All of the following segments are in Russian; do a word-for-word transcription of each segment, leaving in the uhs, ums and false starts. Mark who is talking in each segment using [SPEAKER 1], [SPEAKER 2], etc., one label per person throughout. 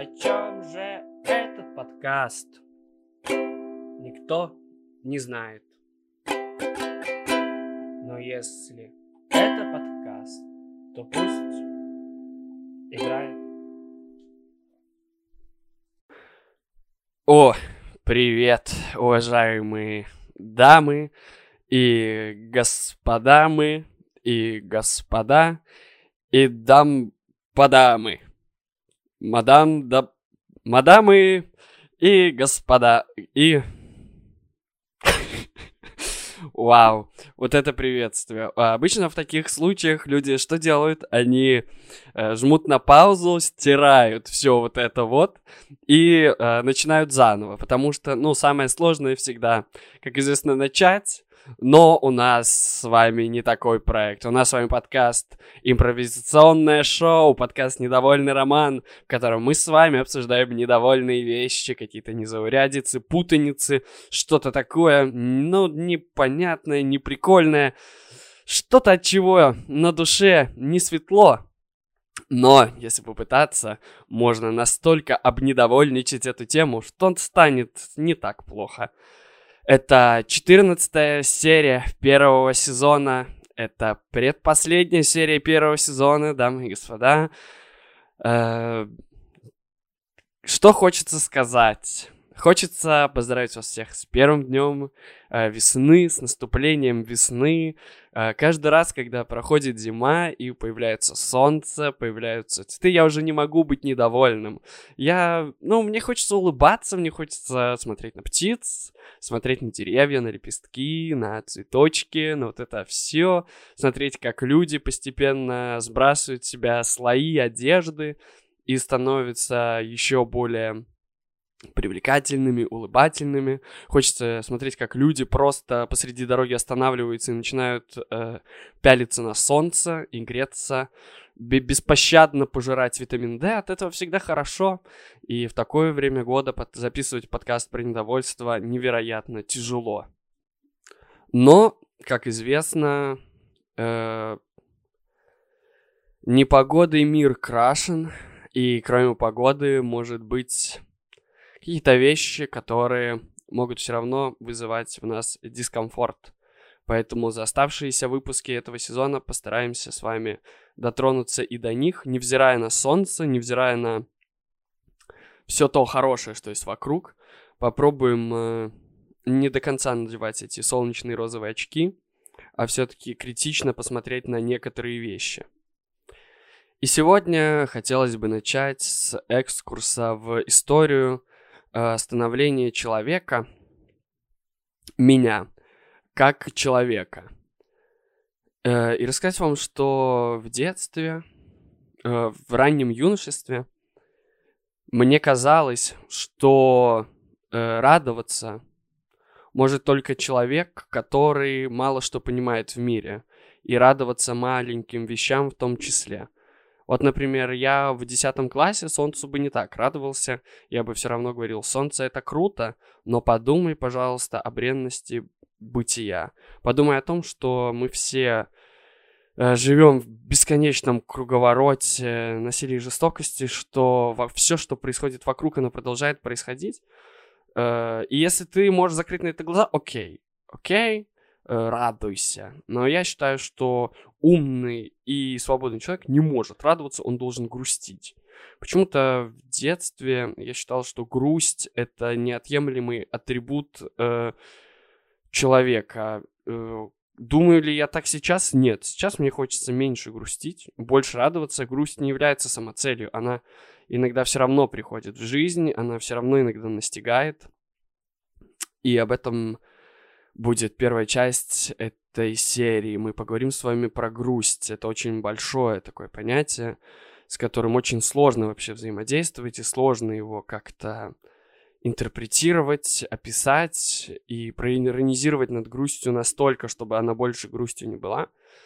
[SPEAKER 1] О чем же этот подкаст? Никто не знает. Но если это подкаст, то пусть играет. О, привет, уважаемые дамы и господамы и господа и дам-подамы. Мадам, да... Мадамы и господа, и... Вау, вот это приветствие. А обычно в таких случаях люди что делают? Они э, жмут на паузу, стирают все вот это вот и э, начинают заново, потому что, ну, самое сложное всегда, как известно, начать. Но у нас с вами не такой проект. У нас с вами подкаст «Импровизационное шоу», подкаст «Недовольный роман», в котором мы с вами обсуждаем недовольные вещи, какие-то незаурядицы, путаницы, что-то такое, ну, непонятное, неприкольное, что-то, от чего на душе не светло. Но, если попытаться, можно настолько обнедовольничать эту тему, что станет не так плохо. Это четырнадцатая серия первого сезона. Это предпоследняя серия первого сезона, дамы и господа. Э, что хочется сказать? Хочется поздравить вас всех с первым днем э, весны, с наступлением весны. Э, каждый раз, когда проходит зима и появляется солнце, появляются цветы, я уже не могу быть недовольным. Я, ну, мне хочется улыбаться, мне хочется смотреть на птиц, смотреть на деревья, на лепестки, на цветочки, на вот это все. Смотреть, как люди постепенно сбрасывают с себя слои одежды и становятся еще более привлекательными, улыбательными. Хочется смотреть, как люди просто посреди дороги останавливаются и начинают э, пялиться на солнце и греться, беспощадно пожирать витамин D. От этого всегда хорошо. И в такое время года под- записывать подкаст про недовольство невероятно тяжело. Но, как известно, э, непогодой мир крашен, и кроме погоды может быть какие-то вещи, которые могут все равно вызывать в нас дискомфорт. Поэтому за оставшиеся выпуски этого сезона постараемся с вами дотронуться и до них, невзирая на солнце, невзирая на все то хорошее, что есть вокруг. Попробуем э, не до конца надевать эти солнечные розовые очки, а все-таки критично посмотреть на некоторые вещи. И сегодня хотелось бы начать с экскурса в историю становление человека, меня, как человека. Э, и рассказать вам, что в детстве, э, в раннем юношестве мне казалось, что э, радоваться может только человек, который мало что понимает в мире, и радоваться маленьким вещам в том числе. Вот, например, я в десятом классе солнцу бы не так радовался, я бы все равно говорил: солнце — это круто, но подумай, пожалуйста, о бренности бытия. Подумай о том, что мы все э, живем в бесконечном круговороте насилия и жестокости, что во- все, что происходит вокруг, оно продолжает происходить. Э, и если ты можешь закрыть на это глаза, окей, окей, э, радуйся. Но я считаю, что умный и свободный человек не может радоваться, он должен грустить. Почему-то в детстве я считал, что грусть — это неотъемлемый атрибут э, человека. Э, думаю ли я так сейчас? Нет. Сейчас мне хочется меньше грустить, больше радоваться. Грусть не является самоцелью. Она иногда все равно приходит в жизнь, она все равно иногда настигает. И об этом будет первая часть этой серии. Мы поговорим с вами про грусть. Это очень большое такое понятие, с которым очень сложно вообще взаимодействовать, и сложно его как-то интерпретировать, описать и проиронизировать над грустью настолько, чтобы она больше грустью не была.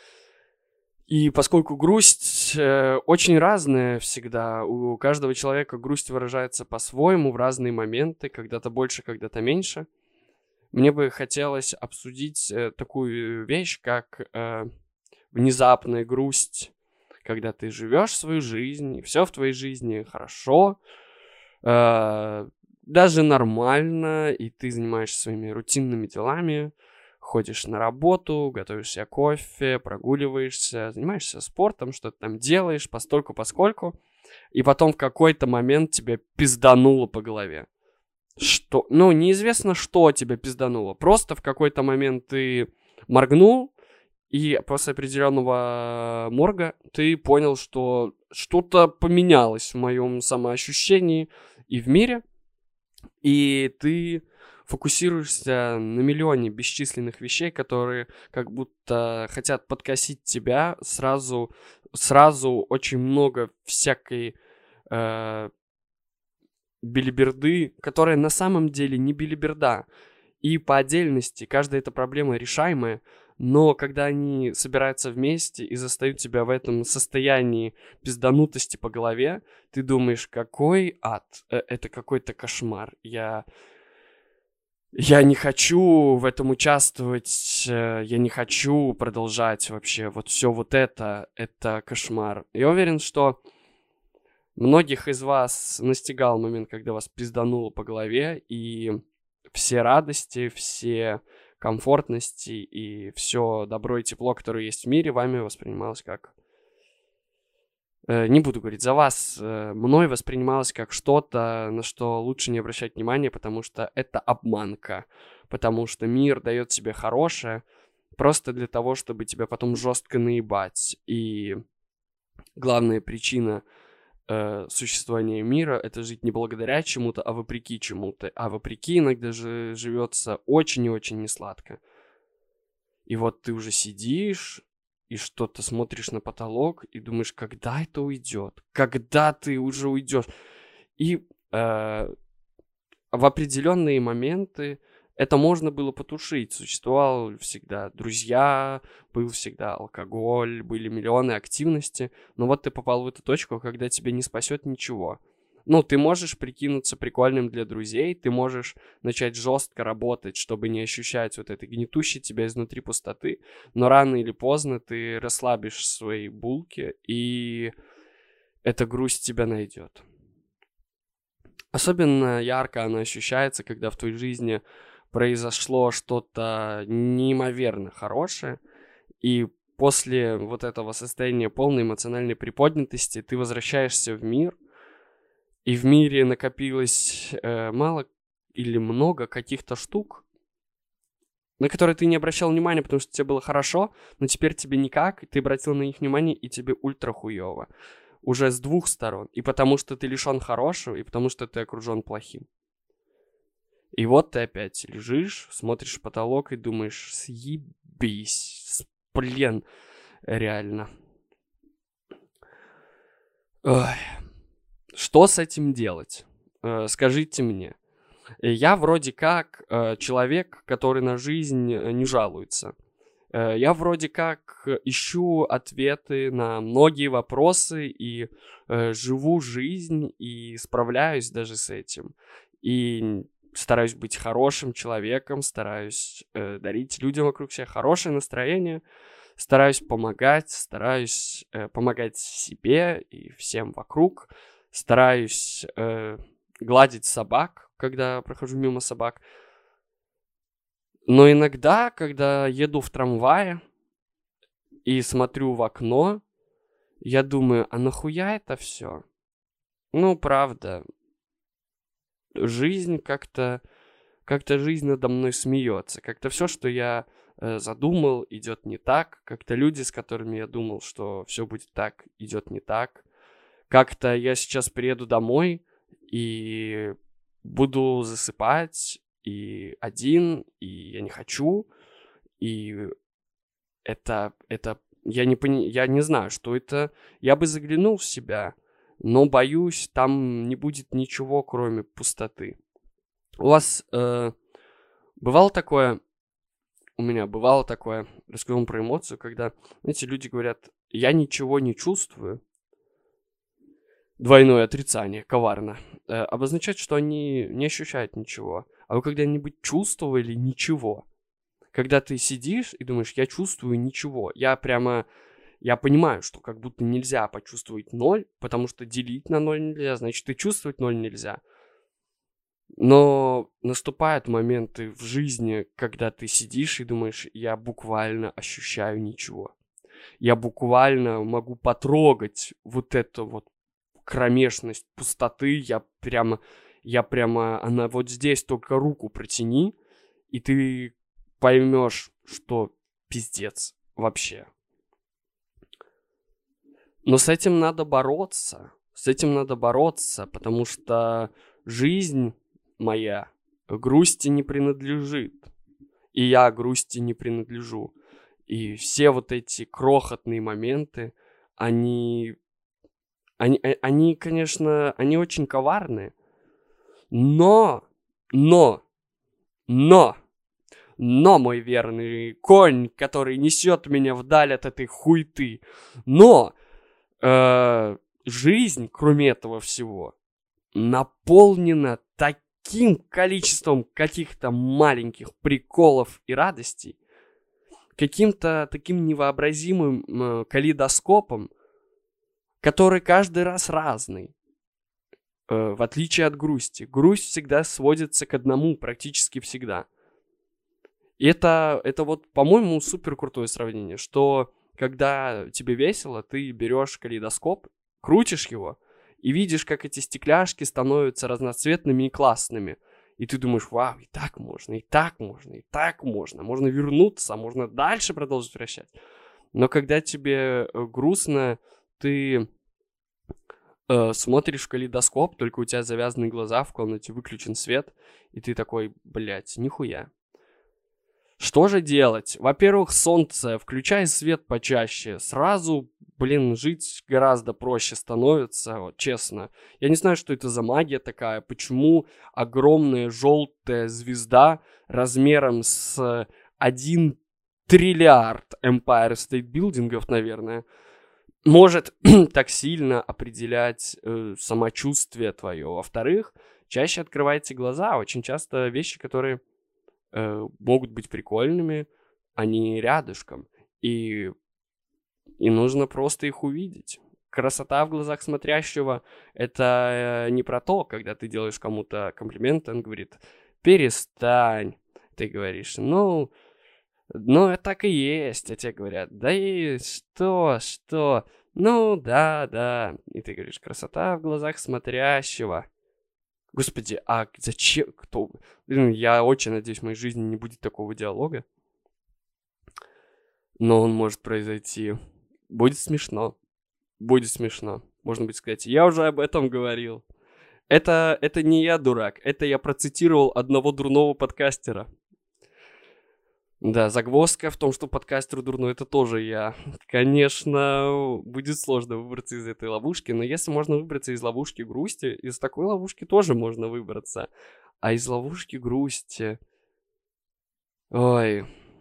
[SPEAKER 1] И поскольку грусть э, очень разная всегда, у каждого человека грусть выражается по-своему в разные моменты, когда-то больше, когда-то меньше. Мне бы хотелось обсудить э, такую вещь, как э, внезапная грусть, когда ты живешь свою жизнь, и все в твоей жизни хорошо, э, даже нормально, и ты занимаешься своими рутинными делами, ходишь на работу, готовишь себе кофе, прогуливаешься, занимаешься спортом, что-то там делаешь, постольку-поскольку, и потом в какой-то момент тебе пиздануло по голове. Что? Ну, неизвестно, что тебе пиздануло. Просто в какой-то момент ты моргнул, и после определенного морга ты понял, что что-то поменялось в моем самоощущении и в мире, и ты фокусируешься на миллионе бесчисленных вещей, которые как будто хотят подкосить тебя. Сразу, сразу очень много всякой э, белиберды, которая на самом деле не белиберда. И по отдельности каждая эта проблема решаемая, но когда они собираются вместе и застают тебя в этом состоянии пизданутости по голове, ты думаешь, какой ад, э, это какой-то кошмар. Я, я не хочу в этом участвовать, э, я не хочу продолжать вообще. Вот все вот это, это кошмар. Я уверен, что многих из вас настигал момент, когда вас пиздануло по голове, и все радости, все комфортности и все добро и тепло, которое есть в мире, вами воспринималось как... Э, не буду говорить за вас, э, мной воспринималось как что-то, на что лучше не обращать внимания, потому что это обманка, потому что мир дает тебе хорошее просто для того, чтобы тебя потом жестко наебать. И главная причина э, существования мира — это жить не благодаря чему-то, а вопреки чему-то. А вопреки иногда же живется очень и очень несладко. И вот ты уже сидишь и что-то смотришь на потолок и думаешь, когда это уйдет? Когда ты уже уйдешь? И э, в определенные моменты это можно было потушить. Существовал всегда друзья, был всегда алкоголь, были миллионы активности. Но вот ты попал в эту точку, когда тебя не спасет ничего. Ну, ты можешь прикинуться прикольным для друзей, ты можешь начать жестко работать, чтобы не ощущать вот этой гнетущей тебя изнутри пустоты, но рано или поздно ты расслабишь свои булки, и эта грусть тебя найдет. Особенно ярко она ощущается, когда в твоей жизни произошло что-то неимоверно хорошее, и после вот этого состояния полной эмоциональной приподнятости ты возвращаешься в мир, и в мире накопилось э, мало или много каких-то штук, на которые ты не обращал внимания, потому что тебе было хорошо, но теперь тебе никак, и ты обратил на них внимание, и тебе ультра хуёво. Уже с двух сторон. И потому что ты лишён хорошего, и потому что ты окружён плохим. И вот ты опять лежишь, смотришь в потолок и думаешь, съебись, блин, реально. Ой. Что с этим делать? Э, скажите мне. Я вроде как э, человек, который на жизнь не жалуется. Э, я вроде как ищу ответы на многие вопросы и э, живу жизнь и справляюсь даже с этим. И стараюсь быть хорошим человеком, стараюсь э, дарить людям вокруг себя хорошее настроение, стараюсь помогать, стараюсь э, помогать себе и всем вокруг. Стараюсь э, гладить собак, когда прохожу мимо собак. Но иногда, когда еду в трамвае и смотрю в окно, я думаю, а нахуя это все? Ну, правда. Жизнь как-то... Как-то жизнь надо мной смеется. Как-то все, что я э, задумал, идет не так. Как-то люди, с которыми я думал, что все будет так, идет не так. Как-то я сейчас приеду домой и буду засыпать, и один, и я не хочу, и это, это, я не пони, я не знаю, что это, я бы заглянул в себя, но боюсь, там не будет ничего, кроме пустоты. У вас э, бывало такое, у меня бывало такое, расскажу вам про эмоцию, когда, знаете, люди говорят, я ничего не чувствую. Двойное отрицание, коварно. Э, обозначает, что они не ощущают ничего. А вы когда-нибудь чувствовали ничего? Когда ты сидишь и думаешь, я чувствую ничего. Я прямо... Я понимаю, что как будто нельзя почувствовать ноль, потому что делить на ноль нельзя, значит, и чувствовать ноль нельзя. Но наступают моменты в жизни, когда ты сидишь и думаешь, я буквально ощущаю ничего. Я буквально могу потрогать вот эту вот кромешность пустоты. Я прямо, я прямо, она вот здесь, только руку протяни, и ты поймешь, что пиздец вообще. Но с этим надо бороться. С этим надо бороться, потому что жизнь моя грусти не принадлежит. И я грусти не принадлежу. И все вот эти крохотные моменты, они, они, они, конечно, они очень коварные. Но, но, но, но, мой верный конь, который несет меня вдаль от этой хуйты, но э, жизнь, кроме этого всего, наполнена таким количеством каких-то маленьких приколов и радостей, каким-то таким невообразимым э, калейдоскопом, который каждый раз разный. Э, в отличие от грусти. Грусть всегда сводится к одному, практически всегда. И это, это вот, по-моему, супер крутое сравнение, что когда тебе весело, ты берешь калейдоскоп, крутишь его и видишь, как эти стекляшки становятся разноцветными и классными. И ты думаешь, вау, и так можно, и так можно, и так можно. Можно вернуться, можно дальше продолжить вращать. Но когда тебе грустно, ты э, смотришь в калейдоскоп, только у тебя завязаны глаза, в комнате выключен свет, и ты такой, блядь, нихуя. Что же делать? Во-первых, солнце, включай свет почаще. Сразу, блин, жить гораздо проще становится, вот, честно. Я не знаю, что это за магия такая. Почему огромная желтая звезда размером с один триллиард Empire State Building'ов, наверное, может так сильно определять э, самочувствие твое. Во-вторых, чаще открывайте глаза. Очень часто вещи, которые могут быть прикольными, они рядышком. И, и нужно просто их увидеть. Красота в глазах смотрящего — это не про то, когда ты делаешь кому-то комплимент, он говорит, перестань. Ты говоришь, ну, ну, это так и есть. А тебе говорят, да и что, что? Ну, да, да. И ты говоришь, красота в глазах смотрящего. Господи, а зачем? Кто? Я очень надеюсь, в моей жизни не будет такого диалога. Но он может произойти. Будет смешно. Будет смешно. Можно будет сказать, я уже об этом говорил. Это, это не я дурак. Это я процитировал одного дурного подкастера. Да, загвоздка в том, что подкастер дурной, это тоже я. Конечно, будет сложно выбраться из этой ловушки, но если можно выбраться из ловушки грусти, из такой ловушки тоже можно выбраться. А из ловушки грусти... Ой...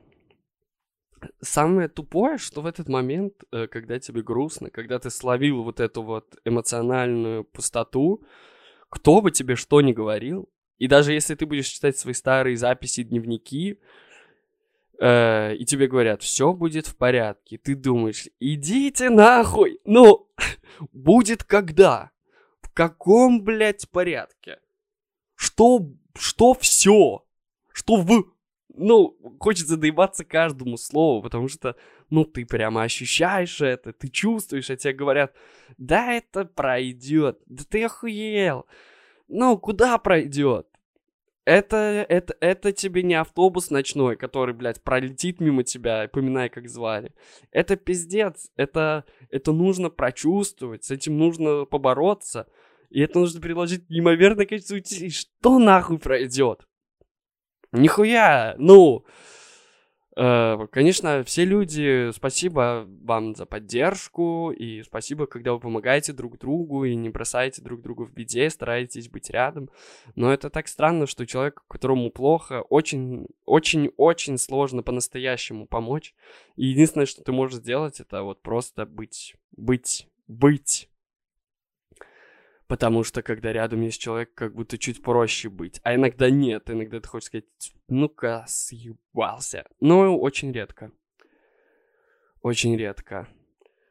[SPEAKER 1] Самое тупое, что в этот момент, когда тебе грустно, когда ты словил вот эту вот эмоциональную пустоту, кто бы тебе что ни говорил, и даже если ты будешь читать свои старые записи, дневники, э, и тебе говорят, все будет в порядке, ты думаешь, идите нахуй, ну, будет когда? В каком, блядь, порядке? Что, что все? Что в... Ну, хочется доебаться каждому слову, потому что, ну, ты прямо ощущаешь это, ты чувствуешь, а тебе говорят, да это пройдет, да ты охуел, ну, куда пройдет? Это, это, это тебе не автобус ночной, который, блядь, пролетит мимо тебя, поминай, как звали. Это пиздец, это, это нужно прочувствовать, с этим нужно побороться, и это нужно приложить неимоверное количество усилий, что нахуй пройдет? Нихуя, ну, э, конечно, все люди, спасибо вам за поддержку, и спасибо, когда вы помогаете друг другу и не бросаете друг друга в беде, стараетесь быть рядом, но это так странно, что человеку, которому плохо, очень-очень-очень сложно по-настоящему помочь, и единственное, что ты можешь сделать, это вот просто быть, быть, быть. Потому что, когда рядом есть человек, как будто чуть проще быть. А иногда нет. Иногда ты хочешь сказать, ну-ка, съебался. Но очень редко. Очень редко.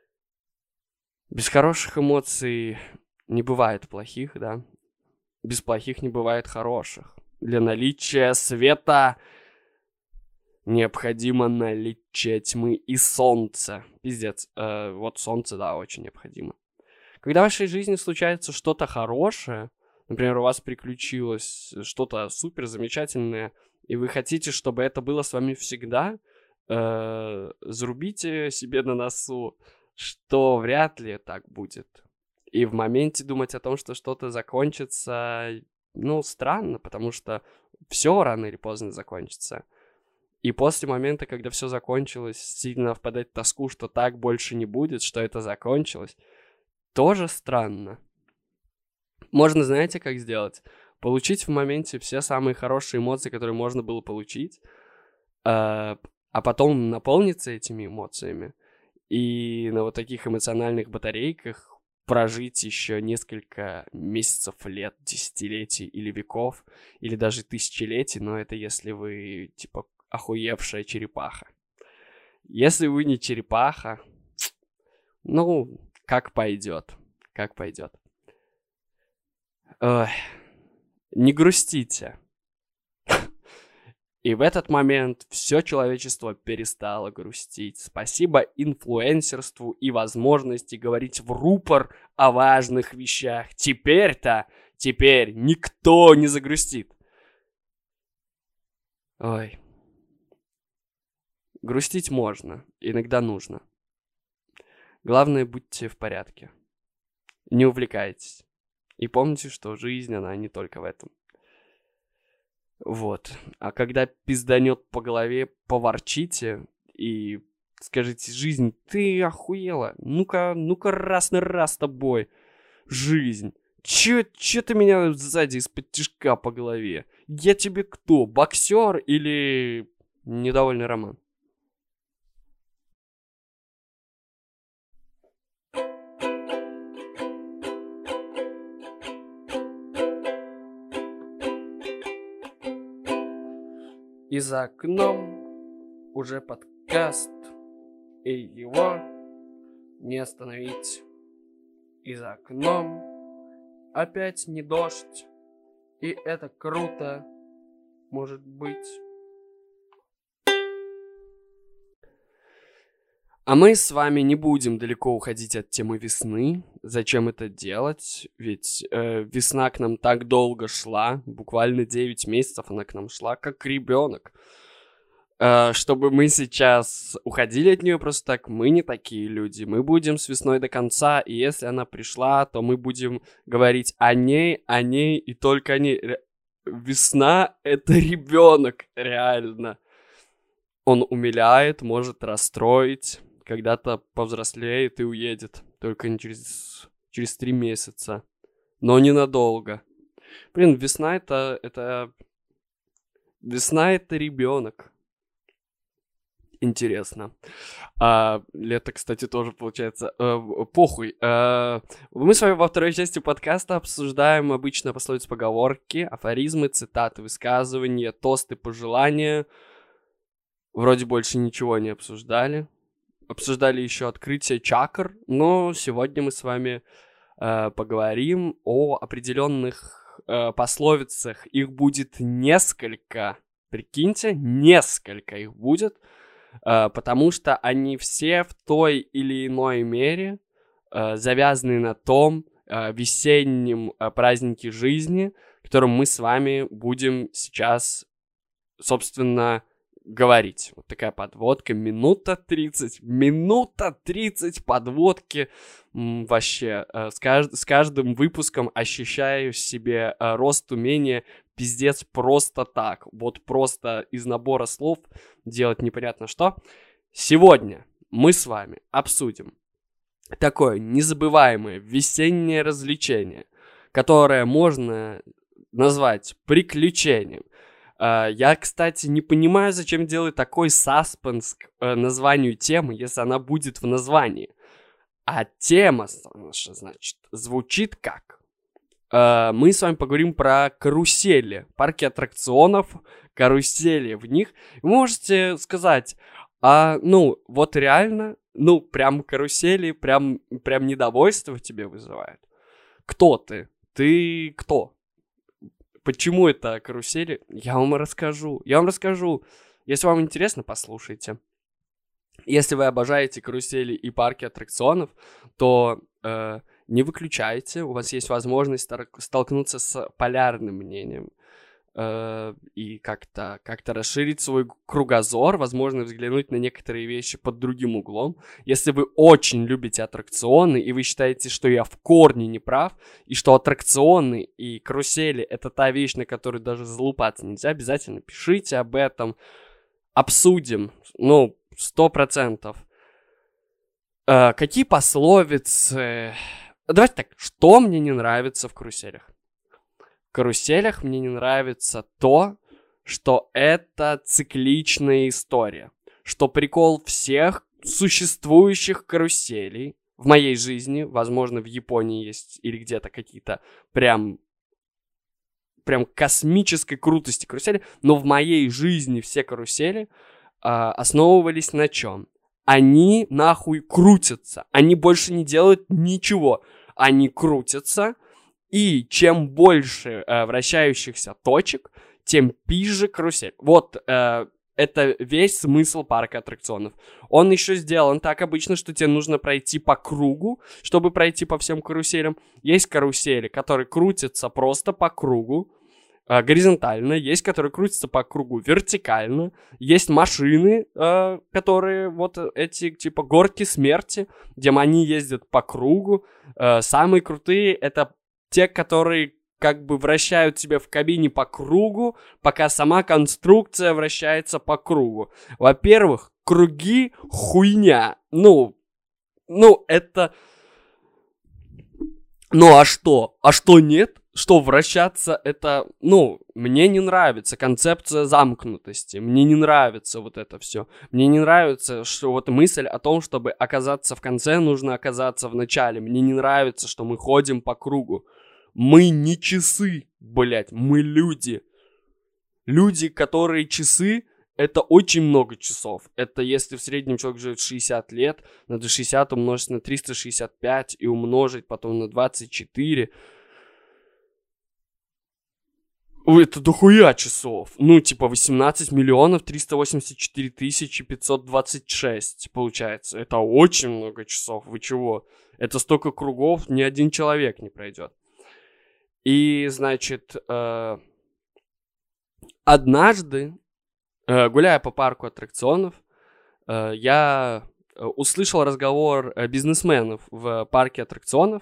[SPEAKER 1] Без хороших эмоций не бывает плохих, да? Без плохих не бывает хороших. Для наличия света необходимо наличие тьмы и солнца. Пиздец. Э, вот солнце, да, очень необходимо. Когда в вашей жизни случается что-то хорошее, например, у вас приключилось что-то супер замечательное, и вы хотите, чтобы это было с вами всегда, э, зарубите себе на носу, что вряд ли так будет. И в моменте думать о том, что что-то закончится, ну, странно, потому что все рано или поздно закончится. И после момента, когда все закончилось, сильно впадать в тоску, что так больше не будет, что это закончилось, тоже странно. Можно, знаете, как сделать? Получить в моменте все самые хорошие эмоции, которые можно было получить, э, а потом наполниться этими эмоциями. И на вот таких эмоциональных батарейках прожить еще несколько месяцев, лет, десятилетий или веков, или даже тысячелетий, но это если вы, типа, охуевшая черепаха. Если вы не черепаха, ну, как пойдет, как пойдет. Ой, не грустите. И в этот момент все человечество перестало грустить. Спасибо инфлюенсерству и возможности говорить в рупор о важных вещах. Теперь-то, теперь никто не загрустит. Ой. Грустить можно, иногда нужно. Главное, будьте в порядке. Не увлекайтесь. И помните, что жизнь, она не только в этом. Вот. А когда пизданет по голове, поворчите и скажите: жизнь, ты охуела? Ну-ка, ну-ка раз на раз с тобой. Жизнь. Чё, чё ты меня сзади из-под тишка по голове? Я тебе кто, боксер или недовольный роман? И за окном уже подкаст, и его не остановить. И за окном опять не дождь, и это круто, может быть. А мы с вами не будем далеко уходить от темы весны. Зачем это делать? Ведь э, весна к нам так долго шла, буквально девять месяцев она к нам шла, как ребенок. Э, чтобы мы сейчас уходили от нее просто так, мы не такие люди. Мы будем с весной до конца, и если она пришла, то мы будем говорить о ней, о ней и только о ней. Весна — это ребенок, реально. Он умиляет, может расстроить. Когда-то повзрослеет и уедет. Только не через, через три месяца. Но ненадолго. Блин, весна это, это... Весна это ребенок. Интересно. А, лето, кстати, тоже получается. А, похуй. А, мы с вами во второй части подкаста обсуждаем обычно пословицы, поговорки, афоризмы, цитаты, высказывания, тосты, пожелания. Вроде больше ничего не обсуждали. Обсуждали еще открытие чакр, но сегодня мы с вами э, поговорим о определенных э, пословицах. Их будет несколько, прикиньте, несколько их будет, э, потому что они все в той или иной мере э, завязаны на том э, весеннем э, празднике жизни, которым мы с вами будем сейчас, собственно, говорить. Вот такая подводка. Минута тридцать. Минута тридцать подводки. М, вообще, э, с, кажд- с каждым выпуском ощущаю в себе э, рост умения пиздец просто так. Вот просто из набора слов делать непонятно что. Сегодня мы с вами обсудим такое незабываемое весеннее развлечение, которое можно назвать приключением. Uh, я, кстати, не понимаю, зачем делать такой саспенс к uh, названию темы, если она будет в названии. А тема, значит, звучит как? Uh, мы с вами поговорим про карусели, парки аттракционов, карусели в них. Вы можете сказать: А, ну, вот реально, ну, прям карусели, прям, прям недовольство в тебе вызывает. Кто ты? Ты кто? Почему это карусели? Я вам расскажу. Я вам расскажу. Если вам интересно, послушайте. Если вы обожаете карусели и парки аттракционов, то э, не выключайте. У вас есть возможность стар- столкнуться с полярным мнением. Э, и как-то, как-то расширить свой кругозор, возможно, взглянуть на некоторые вещи под другим углом. Если вы очень любите аттракционы, и вы считаете, что я в корне не прав, и что аттракционы и карусели — это та вещь, на которую даже залупаться нельзя, обязательно пишите об этом, обсудим, ну, сто процентов. Э, какие пословицы... Давайте так, что мне не нравится в каруселях? В каруселях мне не нравится то, что это цикличная история. Что прикол всех существующих каруселей в моей жизни, возможно, в Японии есть или где-то какие-то прям, прям космической крутости карусели, но в моей жизни все карусели а, основывались на чем? Они нахуй крутятся. Они больше не делают ничего. Они крутятся. И чем больше э, вращающихся точек, тем пизже карусель. Вот э, это весь смысл парка аттракционов. Он еще сделан так обычно, что тебе нужно пройти по кругу, чтобы пройти по всем каруселям. Есть карусели, которые крутятся просто по кругу, э, горизонтально. Есть, которые крутятся по кругу вертикально. Есть машины, э, которые вот эти типа горки смерти, где они ездят по кругу. Э, самые крутые — это те, которые как бы вращают тебя в кабине по кругу, пока сама конструкция вращается по кругу. Во-первых, круги хуйня. Ну, ну, это... Ну, а что? А что нет? Что вращаться это... Ну, мне не нравится концепция замкнутости. Мне не нравится вот это все. Мне не нравится, что вот мысль о том, чтобы оказаться в конце, нужно оказаться в начале. Мне не нравится, что мы ходим по кругу. Мы не часы, блять, мы люди. Люди, которые часы, это очень много часов. Это если в среднем человек живет шестьдесят лет, надо шестьдесят умножить на триста шестьдесят пять и умножить потом на двадцать четыре. Это дохуя часов. Ну, типа восемнадцать миллионов триста восемьдесят четыре тысячи пятьсот двадцать шесть получается. Это очень много часов. Вы чего? Это столько кругов ни один человек не пройдет. И, значит, э, однажды, э, гуляя по парку аттракционов, э, я услышал разговор бизнесменов в парке аттракционов,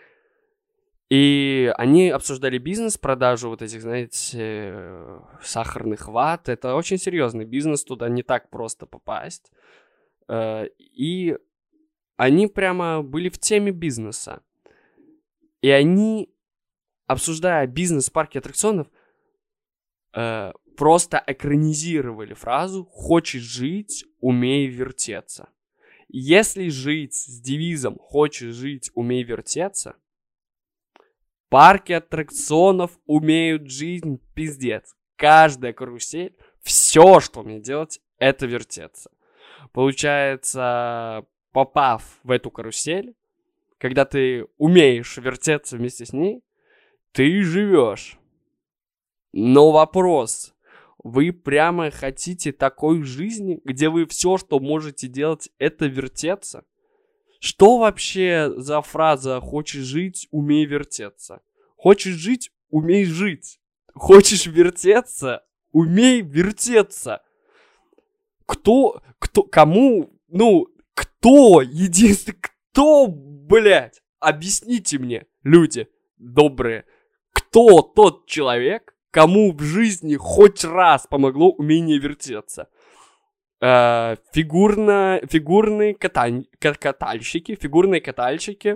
[SPEAKER 1] и они обсуждали бизнес, продажу вот этих, знаете, сахарных ват. Это очень серьезный бизнес, туда не так просто попасть. Э, и они прямо были в теме бизнеса. И они... обсуждая бизнес в парке аттракционов, э, просто экранизировали фразу «хочешь жить, умей вертеться». Если жить с девизом «хочешь жить, умей вертеться», парки аттракционов умеют жизнь пиздец. Каждая карусель, все, что умеет делать, это вертеться. Получается, попав в эту карусель, когда ты умеешь вертеться вместе с ней, ты живешь. Но вопрос: вы прямо хотите такой жизни, где вы все, что можете делать, это вертеться? Что вообще за фраза «хочешь жить, умей вертеться»? Хочешь жить, умей жить. Хочешь вертеться, умей вертеться. Кто, кто, кому, ну, кто, единственный, кто, блядь, объясните мне, люди добрые, кто тот человек, кому в жизни хоть раз помогло умение вертеться? Э, фигурно, фигурные катань, катальщики, фигурные катальщики.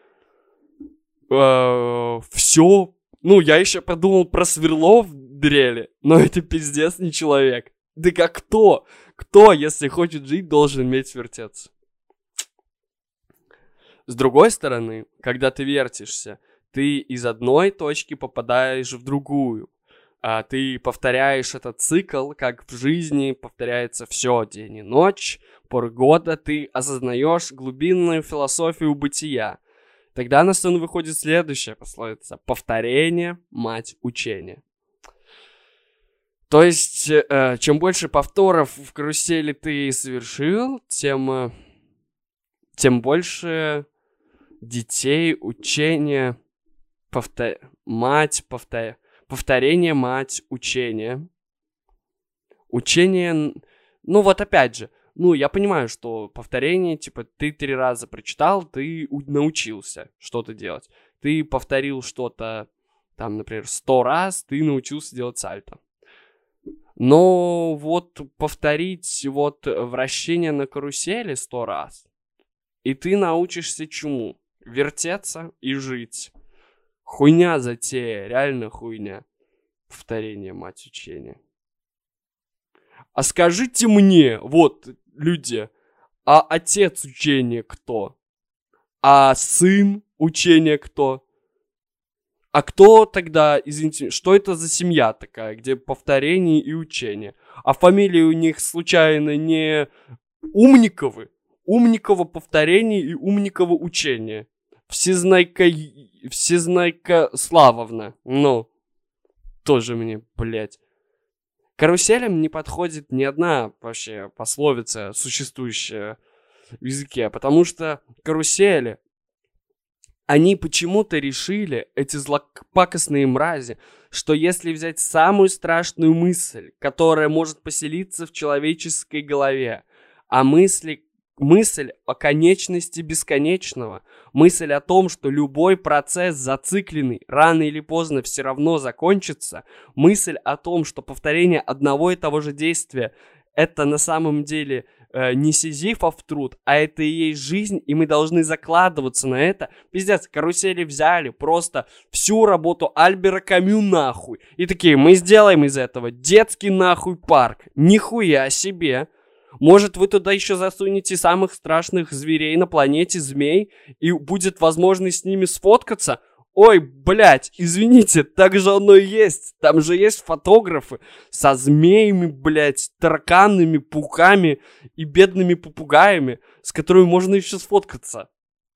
[SPEAKER 1] Э, все. Ну, я еще подумал про сверло в дрели, но это пиздец не человек. Да как кто? Кто, если хочет жить, должен уметь вертеться? С другой стороны, когда ты вертишься, ты из одной точки попадаешь в другую. а, ты повторяешь этот цикл, как в жизни повторяется все день и ночь, поры года, ты осознаешь глубинную философию бытия. Тогда на сцену выходит следующая пословица: повторение – мать учения. То есть, э, чем больше повторов в карусели ты совершил, тем, э, тем больше детей, учения, повтор... мать, повтор... повторение, мать, учение. Учение, ну вот опять же, ну я понимаю, что повторение, типа ты три раза прочитал, ты у- научился что-то делать. Ты повторил что-то, там, например, сто раз, ты научился делать сальто. Но вот повторить вот вращение на карусели сто раз, и ты научишься чему? Вертеться и жить. Хуйня затея, реально хуйня. Повторение, мать учения. А скажите мне, вот, люди, а отец учения кто? А сын учения кто? А кто тогда, извините, что это за семья такая, где повторение и учение? А фамилии у них случайно не Умниковы? Умниково повторение и Умниково учение. Всезнайка... Всезнайка Славовна. Ну, тоже мне, блядь. Каруселям не подходит ни одна вообще пословица, существующая в языке, потому что карусели, они почему-то решили, эти злопакостные мрази, что если взять самую страшную мысль, которая может поселиться в человеческой голове, а мысли, мысль о конечности бесконечного, мысль о том, что любой процесс зацикленный рано или поздно все равно закончится, мысль о том, что повторение одного и того же действия это на самом деле э, не сизифов труд, а это и есть жизнь, и мы должны закладываться на это. Пиздец, карусели взяли просто всю работу Альбера Камю нахуй. И такие, мы сделаем из этого детский нахуй парк. Нихуя себе. Может, вы туда еще засунете самых страшных зверей на планете, змей, и будет возможность с ними сфоткаться? Ой, блядь, извините, так же оно и есть. Там же есть фотографы со змеями, блядь, тараканами, пауками и бедными попугаями, с которыми можно еще сфоткаться.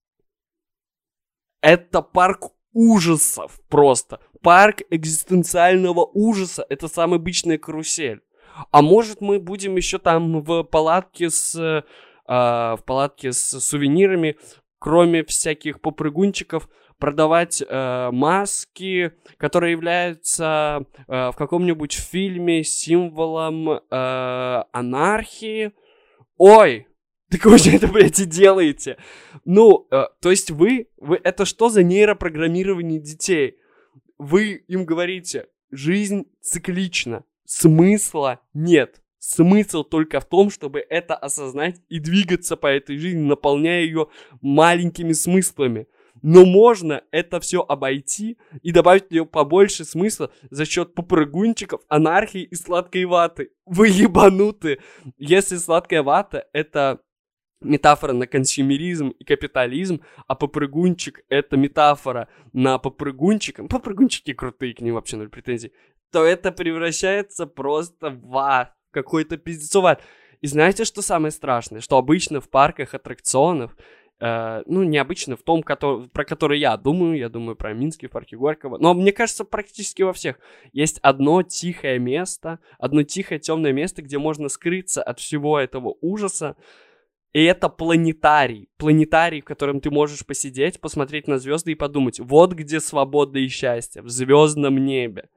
[SPEAKER 1] Это парк ужасов просто. Парк экзистенциального ужаса. Это самая обычная карусель. А может, мы будем еще там в палатке с, э, в палатке с сувенирами, кроме всяких попрыгунчиков, продавать э, маски, которые являются э, в каком-нибудь фильме символом э, анархии. Ой, так вы же это, блядь, и делаете. Ну, э, то есть вы, вы, это что за нейропрограммирование детей? Вы им говорите, жизнь циклична, смысла нет. Смысл только в том, чтобы это осознать и двигаться по этой жизни, наполняя ее маленькими смыслами. Но можно это все обойти и добавить в нее побольше смысла за счет попрыгунчиков, анархии и сладкой ваты. Вы ебануты! Если сладкая вата — это метафора на консюмеризм и капитализм, а попрыгунчик — это метафора на попрыгунчика, попрыгунчики крутые, к ним вообще ноль претензий, то это превращается просто в ад, какой-то пиздецов ад. И знаете, что самое страшное? Что обычно в парках аттракционов, э, ну, необычно в том, который, про который я думаю, я думаю про Минский, в парке Горького, но мне кажется, практически во всех есть одно тихое место, одно тихое темное место, где можно скрыться от всего этого ужаса. И это планетарий. Планетарий, в котором ты можешь посидеть, посмотреть на звезды и подумать, вот где свобода и счастье, в звездном небе.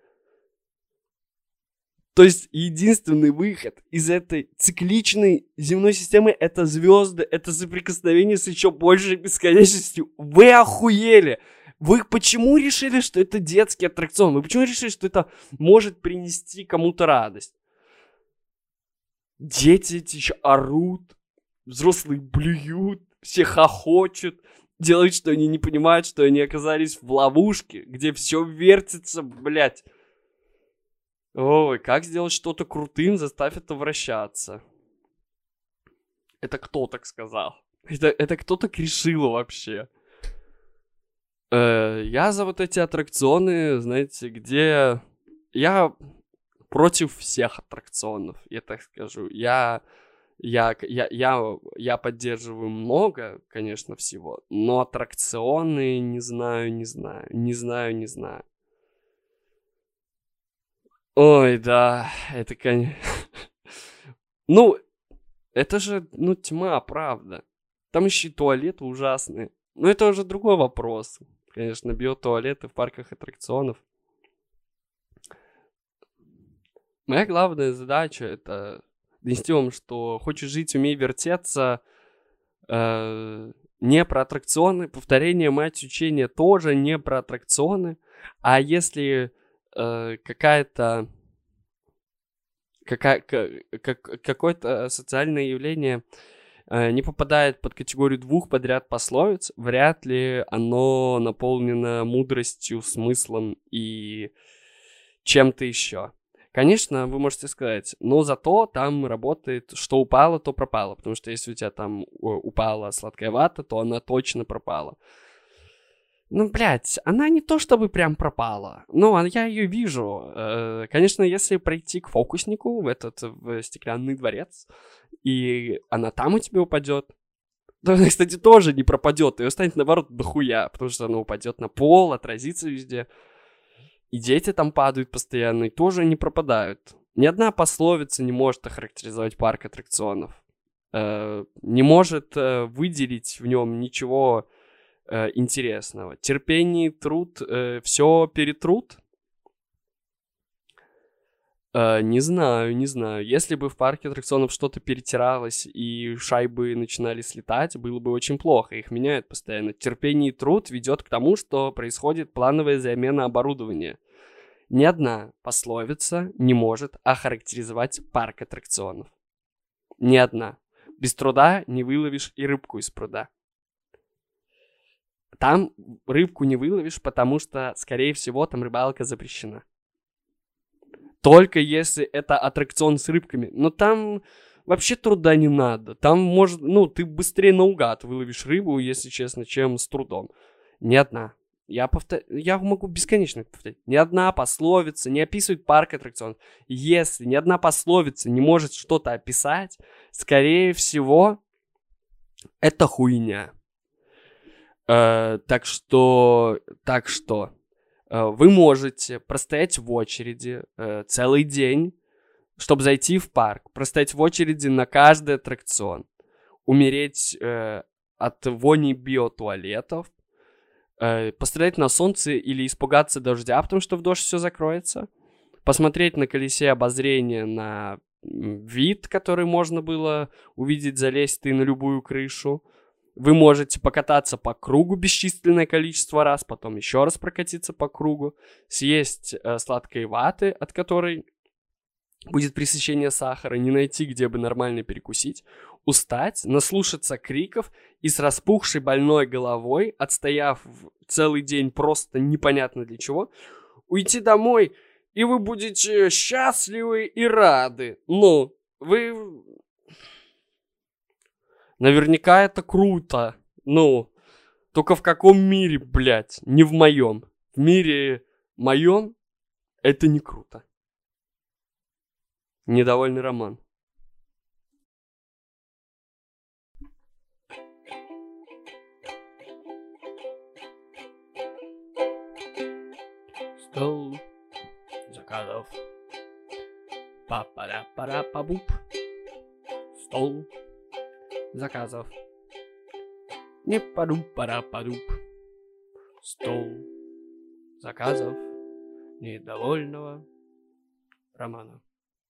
[SPEAKER 1] То есть единственный выход из этой цикличной земной системы — это звезды, это соприкосновение с еще большей бесконечностью. Вы охуели! Вы почему решили, что это детский аттракцион? Вы почему решили, что это может принести кому-то радость? Дети эти еще орут, взрослые блюют, все хохочут, делают, что они не понимают, что они оказались в ловушке, где все вертится, блядь. Ой, как сделать что-то крутым, заставь это вращаться. Это кто так сказал? Это, это кто так решил вообще? Э, я за вот эти аттракционы, знаете, где я против всех аттракционов, я так скажу. Я, я, я, я, я поддерживаю много, конечно, всего, но аттракционы не знаю, не знаю, не знаю, не знаю. Ой, да, это, конечно... Ну, это же, ну, тьма, правда. Там еще и туалеты ужасные. Но это уже другой вопрос. Конечно, биотуалеты в парках аттракционов. Моя главная задача — это донести вам, что хочешь жить, умей вертеться. Э, не про аттракционы. Повторение, мать учения тоже не про аттракционы. А если э, какая-то... Какая, как, какое-то социальное явление э, не попадает под категорию двух подряд пословиц, вряд ли оно наполнено мудростью, смыслом и чем-то еще. Конечно, вы можете сказать, но зато там работает, что упало, то пропало, потому что если у тебя там упала сладкая вата, то она точно пропала. Ну, блядь, она не то чтобы прям пропала. Ну, я ее вижу. Э, конечно, если пройти к фокуснику в этот в стеклянный дворец, и она там у тебя упадет, то она, кстати, тоже не пропадет. Ее станет, наоборот, дохуя, потому что она упадет на пол, отразится везде. И дети там падают постоянно, и тоже не пропадают. Ни одна пословица не может охарактеризовать парк аттракционов. Э, не может э, выделить в нем ничего... интересного. Терпение и труд э, все перетрут? Э, не знаю, не знаю. Если бы в парке аттракционов что-то перетиралось и шайбы начинали слетать, было бы очень плохо. Их меняют постоянно. Терпение и труд ведет к тому, что происходит плановая замена оборудования. Ни одна пословица не может охарактеризовать парк аттракционов. Ни одна. Без труда не выловишь и рыбку из пруда. Там рыбку не выловишь, потому что, скорее всего, там рыбалка запрещена. Только если это аттракцион с рыбками. Но там вообще труда не надо. Там, может, ну, ты быстрее наугад выловишь рыбу, если честно, чем с трудом. Ни одна. Я, повтор... Я могу бесконечно повторять. Ни одна пословица не описывает парк аттракционов. Если ни одна пословица не может что-то описать, скорее всего, это хуйня. Uh, так что, так что uh, вы можете простоять в очереди uh, целый день, чтобы зайти в парк, простоять в очереди на каждый аттракцион, умереть uh, от вони биотуалетов, uh, пострелять на солнце или испугаться дождя, потому что в дождь все закроется, посмотреть на колесе обозрения на вид, который можно было увидеть, залезть ты на любую крышу. Вы можете покататься по кругу бесчисленное количество раз, потом еще раз прокатиться по кругу, съесть э, сладкой ваты, от которой будет пресыщение сахара, не найти, где бы нормально перекусить, устать, наслушаться криков и с распухшей больной головой, отстояв целый день просто непонятно для чего, уйти домой, и вы будете счастливы и рады. Ну, вы... Наверняка это круто. Ну, только в каком мире, блядь? Не в моем. В мире моем это не круто. Недовольный Роман. Стол заказов. Па-пара-пара-па-буп. Стол заказов. Не пару-пара-паруп. Стол заказов недовольного Романа.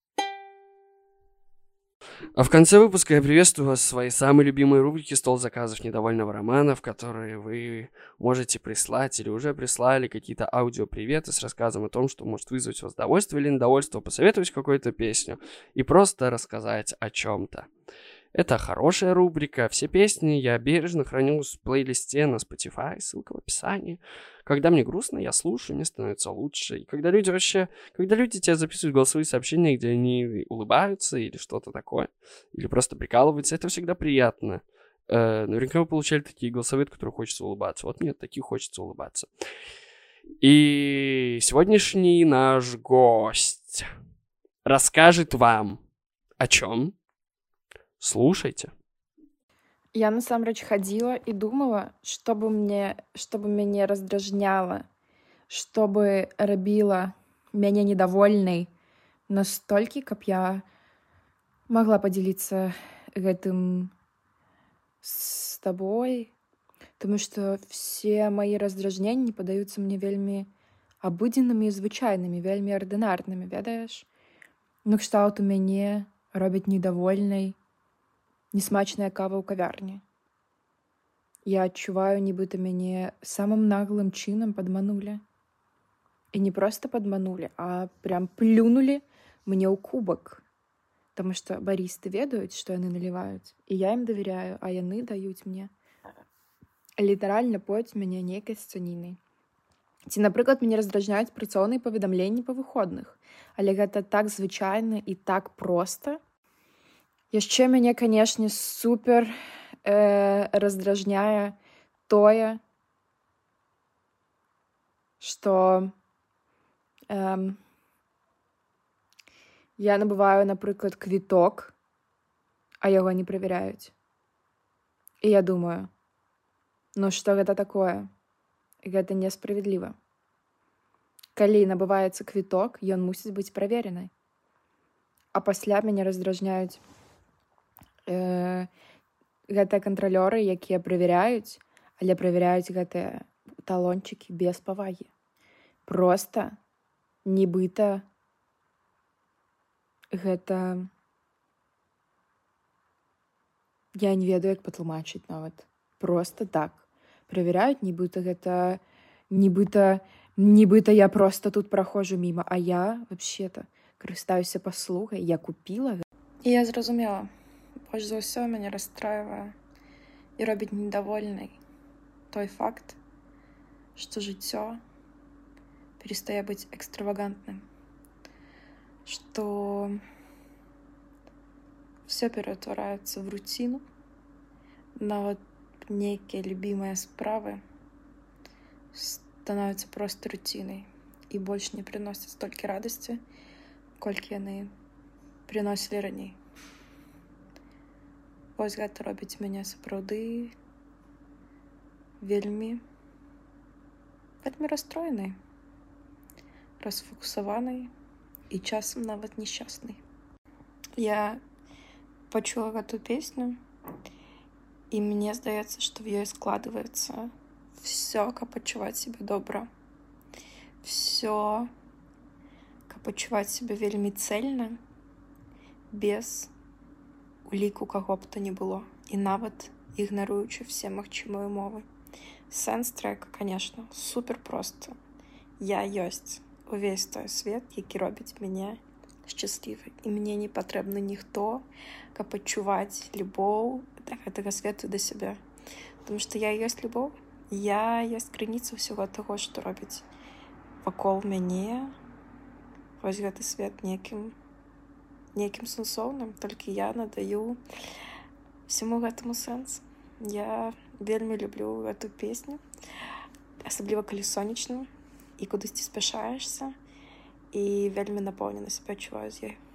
[SPEAKER 1] А в конце выпуска я приветствую вас в своей самой любимой рубрике «Стол заказов недовольного Романа», в которой вы можете прислать или уже прислали какие-то аудиоприветы с рассказом о том, что может вызвать у вас удовольствие или недовольство, посоветовать какую-то песню и просто рассказать о чем-то. Это хорошая рубрика. Все песни я бережно храню в плейлисте на Spotify, ссылка в описании. Когда мне грустно, я слушаю, мне становится лучше. И когда люди вообще... Когда люди тебе записывают голосовые сообщения, где они улыбаются или что-то такое, или просто прикалываются, это всегда приятно. Э, наверняка вы получали такие голосовые, от которых хочется улыбаться. Вот мне от таких хочется улыбаться. И сегодняшний наш гость расскажет вам о чем. Слушайте.
[SPEAKER 2] Я насамрэч хадзіла і думала, што бы мне што бы мяне раздражняла, што бы рабіла мяне недовольнай настолькі, каб я магла падзяліцца гэтым з табой, таму што все мае раздражненні падаюцца мне вельмі абыдзеннымі і звычайнымі, вельмі ардынарнымі, ведаеш? Накшталт у мяне робяць недовольнай несмачная кава ў кавярні. Я адчуваю, нібыта мяне самым наглым чынам падманулі. І не проста падманулі, а прям плюнулі мне ў кубак. Таму што барісты ведаюць, што яны наліваюць, і я ім давяряю, а яны даюць мне літаральна поюць мяне нейкай сцянінай. Ці, напрыклад, мяне раздражняюць працоўныя паведамленні па выходных, але гэта так звычайна і так проста. Яшчэ мяне, канешне, супер э, раздражняе тое, што э, я набываю, напрыклад, квіток, а яго не правяряюць. І я думаю, ну што гэта такое? Гэта несправядліва. Калі набываецца квіток, ён мусіць быць праверены. А пасля мяне раздражняюць э, гэтыя кантралёры, якія правяряюць, але правяряюць гэтыя талончыкі без павагі. Проста, нібыта, гэта... Я не ведаю, як патлумачыць нават. Проста так. Правяряюць, нібыта гэта... Нібыта... Нібыта я проста тут прахожу міма, а я, вообще-то, карыстаюся паслугай, я купіла. І я зразумела. Больш за ўсё мяне расстрайвае і робіць недовольнай той факт, што жыццё перестае быць экстравагантным, што все ператвараецца в рутину, нават нейкія любімыя справы становяцца проста руцінай і больш не прыносяць столькі радасці, колькі яны прыносілі раней. Вось гэта робіць мяне сапраўды вельмі вельмі расстроенай, расфокусаванай і часам нават несчаснай. Я пачула гэту песню, і мне здаецца, што в ёй складваецца всё, каб пачуваць сябе добра. Всё, каб пачуваць сябе вельмі цэльна, без уліку каго б то не было, і нават ігнаруючы все магчымыя умовы. Сэнс трэка, канешне, супер проста. Я ёсць увесь той свет, які робіць мяне шчаслівай. І мне не патрэбны ніхто, каб адчуваць любоў да гэтага свету да сябе. Таму што я ёсць любоў, я ёсць крыніца ўсяго таго, што робіць вакол мяне. Вось гэты свет нейкім нейкім сэнсоўным, толькі я надаю всяму гэтаму сэнс. Я вельмі люблю гэту песню, асабліва калі сонечна, і кудысьці спяшаешся, і вельмі напоўнена сябе адчуваю з ёй.